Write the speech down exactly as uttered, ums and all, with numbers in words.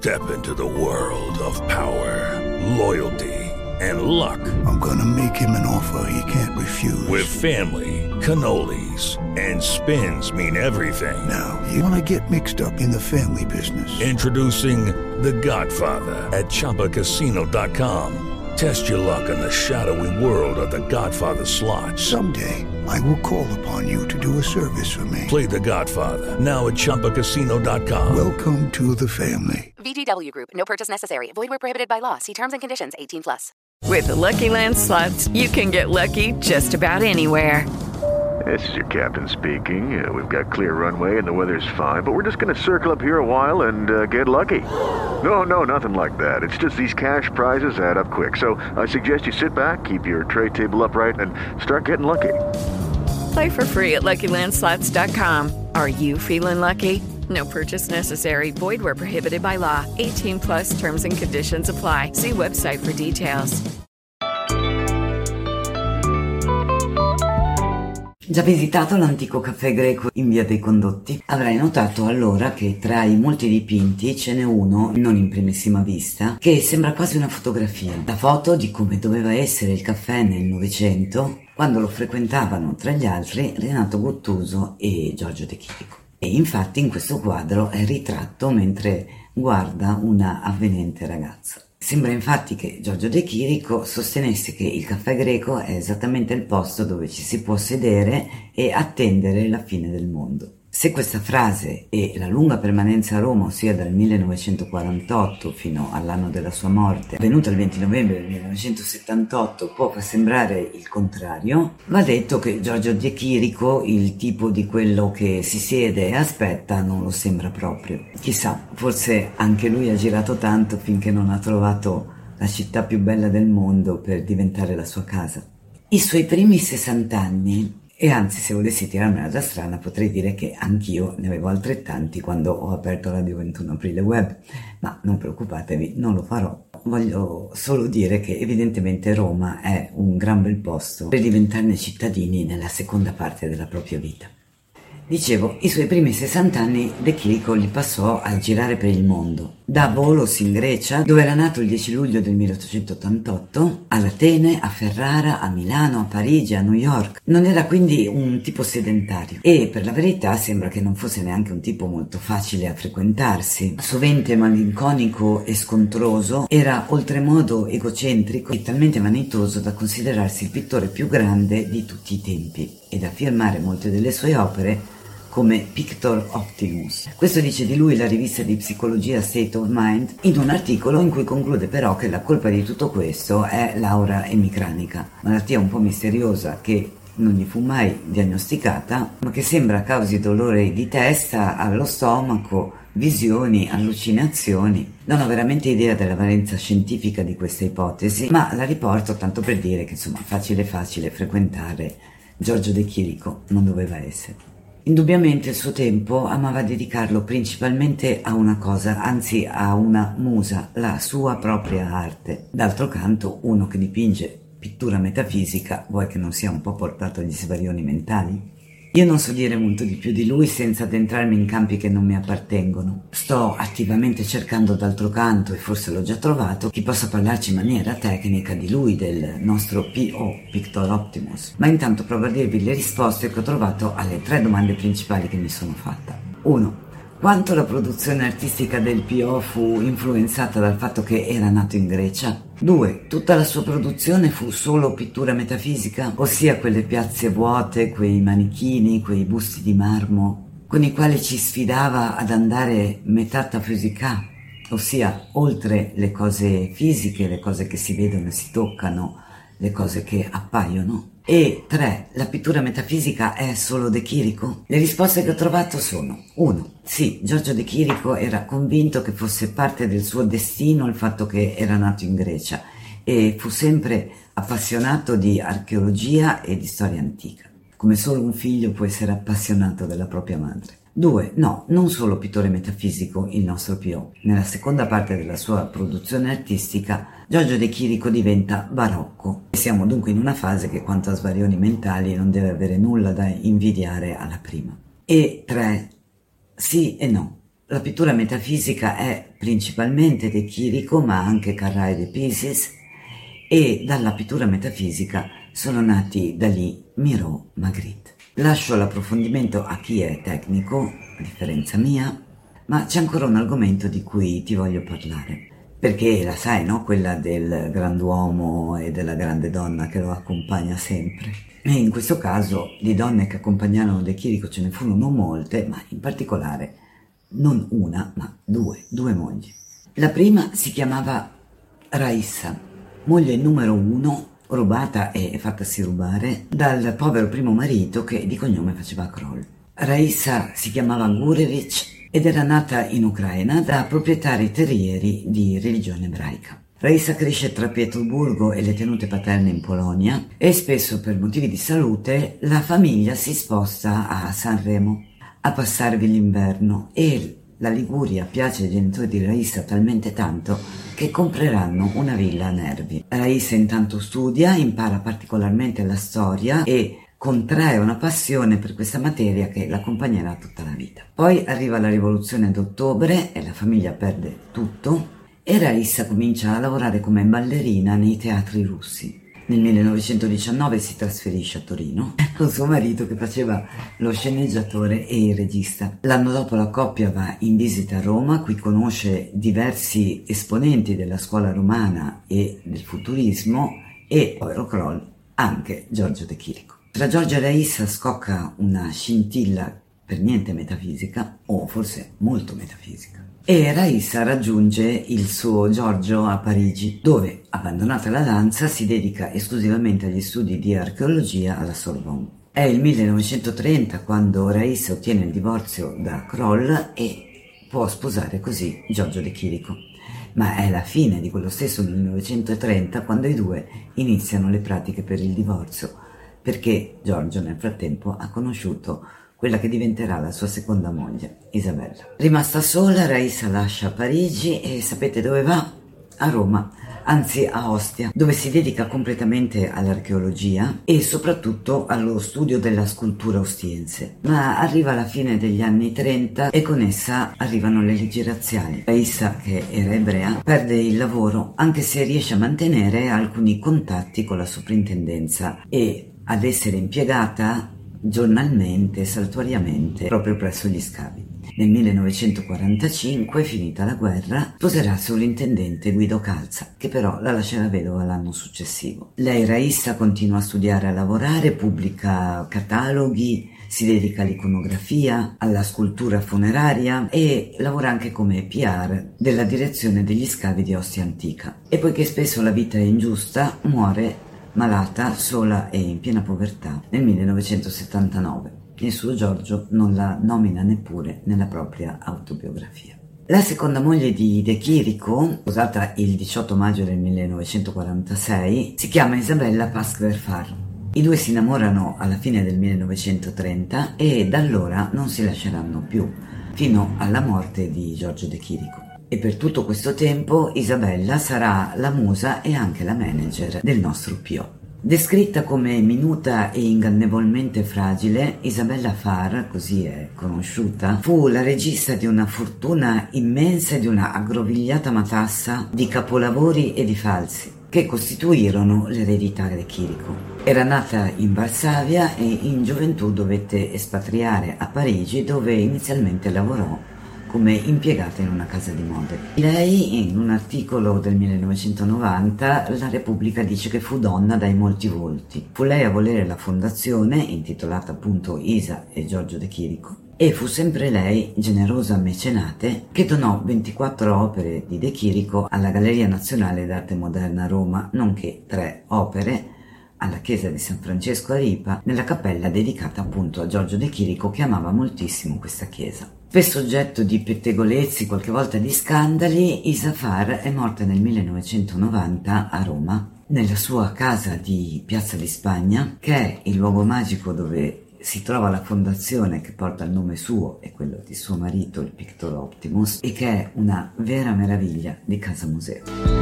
Step into the world of power, loyalty, and luck. I'm gonna make him an offer he can't refuse. With family, cannolis, and spins mean everything. Now, you wanna get mixed up in the family business. Introducing The Godfather at Chumba Casino dot com. Test your luck in the shadowy world of The Godfather slot. Someday, I will call upon you to do a service for me. Play The Godfather, now at Chumba Casino dot com. Welcome to the family. V G W Group. No purchase necessary. Void where prohibited by law. See terms and conditions. eighteen plus. With the Lucky Land Slots, you can get lucky just about anywhere. This is your captain speaking. Uh, we've got clear runway and the weather's fine, but we're just going to circle up here a while and uh, get lucky. No, no, nothing like that. It's just these cash prizes add up quick. So I suggest you sit back, keep your tray table upright, and start getting lucky. Play for free at Lucky Land Slots dot com. Are you feeling lucky? No purchase necessary. Void where prohibited by law. eighteen plus terms and conditions apply. See website for details. Già visitato l'antico caffè greco in via dei Condotti? Avrai notato allora che tra i molti dipinti ce n'è uno, non in primissima vista, che sembra quasi una fotografia. La foto di come doveva essere il caffè nel Novecento, quando lo frequentavano tra gli altri Renato Guttuso e Giorgio De Chirico. E infatti in questo quadro è ritratto mentre guarda una avvenente ragazza. Sembra infatti che Giorgio De Chirico sostenesse che il caffè greco è esattamente il posto dove ci si può sedere e attendere la fine del mondo. Se questa frase e la lunga permanenza a Roma, ossia dal millenovecentoquarantotto fino all'anno della sua morte, avvenuta il venti novembre del millenovecentosettantotto, può sembrare il contrario, va detto che Giorgio De Chirico, il tipo di quello che si siede e aspetta, non lo sembra proprio. Chissà, forse anche lui ha girato tanto finché non ha trovato la città più bella del mondo per diventare la sua casa. I suoi primi sessant'anni. E anzi, se volessi tirarmela da strana, potrei dire che anch'io ne avevo altrettanti quando ho aperto Radio ventuno Aprile Web, ma non preoccupatevi, non lo farò. Voglio solo dire che evidentemente Roma è un gran bel posto per diventarne cittadini nella seconda parte della propria vita. Dicevo, i suoi primi sessanta anni De Chirico li passò a girare per il mondo, da Volos in Grecia, dove era nato il dieci luglio del milleottocentottantotto, ad Atene, a Ferrara, a Milano, a Parigi, a New York. Non era quindi un tipo sedentario e per la verità sembra che non fosse neanche un tipo molto facile a frequentarsi. Sovente malinconico e scontroso, era oltremodo egocentrico e talmente vanitoso da considerarsi il pittore più grande di tutti i tempi e da firmare molte delle sue opere come Pictor Optimus. Questo dice di lui la rivista di psicologia State of Mind in un articolo in cui conclude però che la colpa di tutto questo è l'aura emicranica, malattia un po' misteriosa che non gli fu mai diagnosticata, ma che sembra causi dolore di testa, allo stomaco, visioni, allucinazioni. Non ho veramente idea della valenza scientifica di questa ipotesi, ma la riporto tanto per dire che insomma facile facile frequentare Giorgio De Chirico non doveva essere. Indubbiamente il suo tempo amava dedicarlo principalmente a una cosa, anzi a una musa, la sua propria arte. D'altro canto, uno che dipinge pittura metafisica vuoi che non sia un po' portato agli svarioni mentali? Io non so dire molto di più di lui senza addentrarmi in campi che non mi appartengono. Sto attivamente cercando d'altro canto, e forse l'ho già trovato, chi possa parlarci in maniera tecnica di lui, del nostro P O, Pictor Optimus. Ma intanto provo a dirvi le risposte che ho trovato alle tre domande principali che mi sono fatta. uno. Quanto la produzione artistica del P O fu influenzata dal fatto che era nato in Grecia? due. Tutta la sua produzione fu solo pittura metafisica, ossia quelle piazze vuote, quei manichini, quei busti di marmo, con i quali ci sfidava ad andare metafisica, ossia oltre le cose fisiche, le cose che si vedono e si toccano, le cose che appaiono? E tre. La pittura metafisica è solo De Chirico? Le risposte che ho trovato sono: uno. Sì, Giorgio De Chirico era convinto che fosse parte del suo destino il fatto che era nato in Grecia e fu sempre appassionato di archeologia e di storia antica, come solo un figlio può essere appassionato della propria madre. due. No, non solo pittore metafisico il nostro P O. Nella seconda parte della sua produzione artistica, Giorgio De Chirico diventa barocco. E siamo dunque in una fase che quanto a svarioni mentali non deve avere nulla da invidiare alla prima. E tre. Sì e no. La pittura metafisica è principalmente De Chirico, ma anche Carrà e De Pisis, e dalla pittura metafisica sono nati Dalì, Miró, Magritte. Lascio l'approfondimento a chi è tecnico, a differenza mia, ma c'è ancora un argomento di cui ti voglio parlare, perché la sai, no? Quella del grand'uomo e della grande donna che lo accompagna sempre. E in questo caso di donne che accompagnarono De Chirico ce ne furono molte, ma in particolare non una, ma due, due mogli. La prima si chiamava Raissa, moglie numero uno, rubata e fattasi rubare dal povero primo marito che di cognome faceva Kroll. Raissa si chiamava Gurevich ed era nata in Ucraina da proprietari terrieri di religione ebraica. Raissa cresce tra Pietroburgo e le tenute paterne in Polonia e spesso per motivi di salute la famiglia si sposta a Sanremo a passarvi l'inverno e la Liguria piace ai genitori di Raissa talmente tanto che compreranno una villa a Nervi. Raissa intanto studia, impara particolarmente la storia e contrae una passione per questa materia che l'accompagnerà tutta la vita. Poi arriva la rivoluzione d'ottobre e la famiglia perde tutto e Raissa comincia a lavorare come ballerina nei teatri russi. Nel millenovecentodiciannove si trasferisce a Torino con suo marito che faceva lo sceneggiatore e il regista. L'anno dopo la coppia va in visita a Roma, qui conosce diversi esponenti della scuola romana e del futurismo e, povero Kroll, anche Giorgio De Chirico. Tra Giorgio e Raissa scocca una scintilla per niente metafisica, o forse molto metafisica. E Raissa raggiunge il suo Giorgio a Parigi, dove, abbandonata la danza, si dedica esclusivamente agli studi di archeologia alla Sorbonne. È il millenovecentotrenta quando Raissa ottiene il divorzio da Kroll e può sposare così Giorgio De Chirico. Ma è la fine di quello stesso millenovecentotrenta quando i due iniziano le pratiche per il divorzio, perché Giorgio nel frattempo ha conosciuto quella che diventerà la sua seconda moglie, Isabella. Rimasta sola, Raissa lascia Parigi e sapete dove va? A Roma, anzi a Ostia, dove si dedica completamente all'archeologia e soprattutto allo studio della scultura ostiense. Ma arriva la fine degli anni trenta e con essa arrivano le leggi razziali. Raissa, che era ebrea, perde il lavoro, anche se riesce a mantenere alcuni contatti con la soprintendenza e ad essere impiegata giornalmente, saltuariamente, proprio presso gli scavi. Nel millenovecentoquarantacinque, finita la guerra, sposerà il sovrintendente Guido Calza, che però la lascerà vedova l'anno successivo. Lei, Raissa, continua a studiare e a lavorare, pubblica cataloghi, si dedica all'iconografia, alla scultura funeraria e lavora anche come P R della direzione degli scavi di Ostia Antica. E poiché spesso la vita è ingiusta, muore malata, sola e in piena povertà nel millenovecentosettantanove. Il suo Giorgio non la nomina neppure nella propria autobiografia. La seconda moglie di De Chirico, sposata il diciotto maggio del millenovecentoquarantasei, si chiama Isabella Pasquer-Farr. I due si innamorano alla fine del millenovecentotrenta e da allora non si lasceranno più, fino alla morte di Giorgio De Chirico. E per tutto questo tempo Isabella sarà la musa e anche la manager del nostro Pio. Descritta come minuta e ingannevolmente fragile, Isabella Farr, così è conosciuta, fu la regista di una fortuna immensa e di una aggrovigliata matassa di capolavori e di falsi, che costituirono l'eredità De Chirico. Era nata in Varsavia e in gioventù dovette espatriare a Parigi, dove inizialmente lavorò come impiegata in una casa di mode. Lei, in un articolo del millenovecentonovanta, la Repubblica dice che fu donna dai molti volti. Fu lei a volere la fondazione, intitolata appunto Isa e Giorgio De Chirico, e fu sempre lei, generosa mecenate, che donò ventiquattro opere di De Chirico alla Galleria Nazionale d'Arte Moderna a Roma, nonché tre opere alla chiesa di San Francesco a Ripa, nella cappella dedicata appunto a Giorgio De Chirico, che amava moltissimo questa chiesa. Spesso oggetto di pettegolezzi, qualche volta di scandali, Isa Farr è morta nel millenovecentonovanta a Roma, nella sua casa di Piazza di Spagna, che è il luogo magico dove si trova la fondazione che porta il nome suo e quello di suo marito, il Pictor Optimus, e che è una vera meraviglia di casa museo.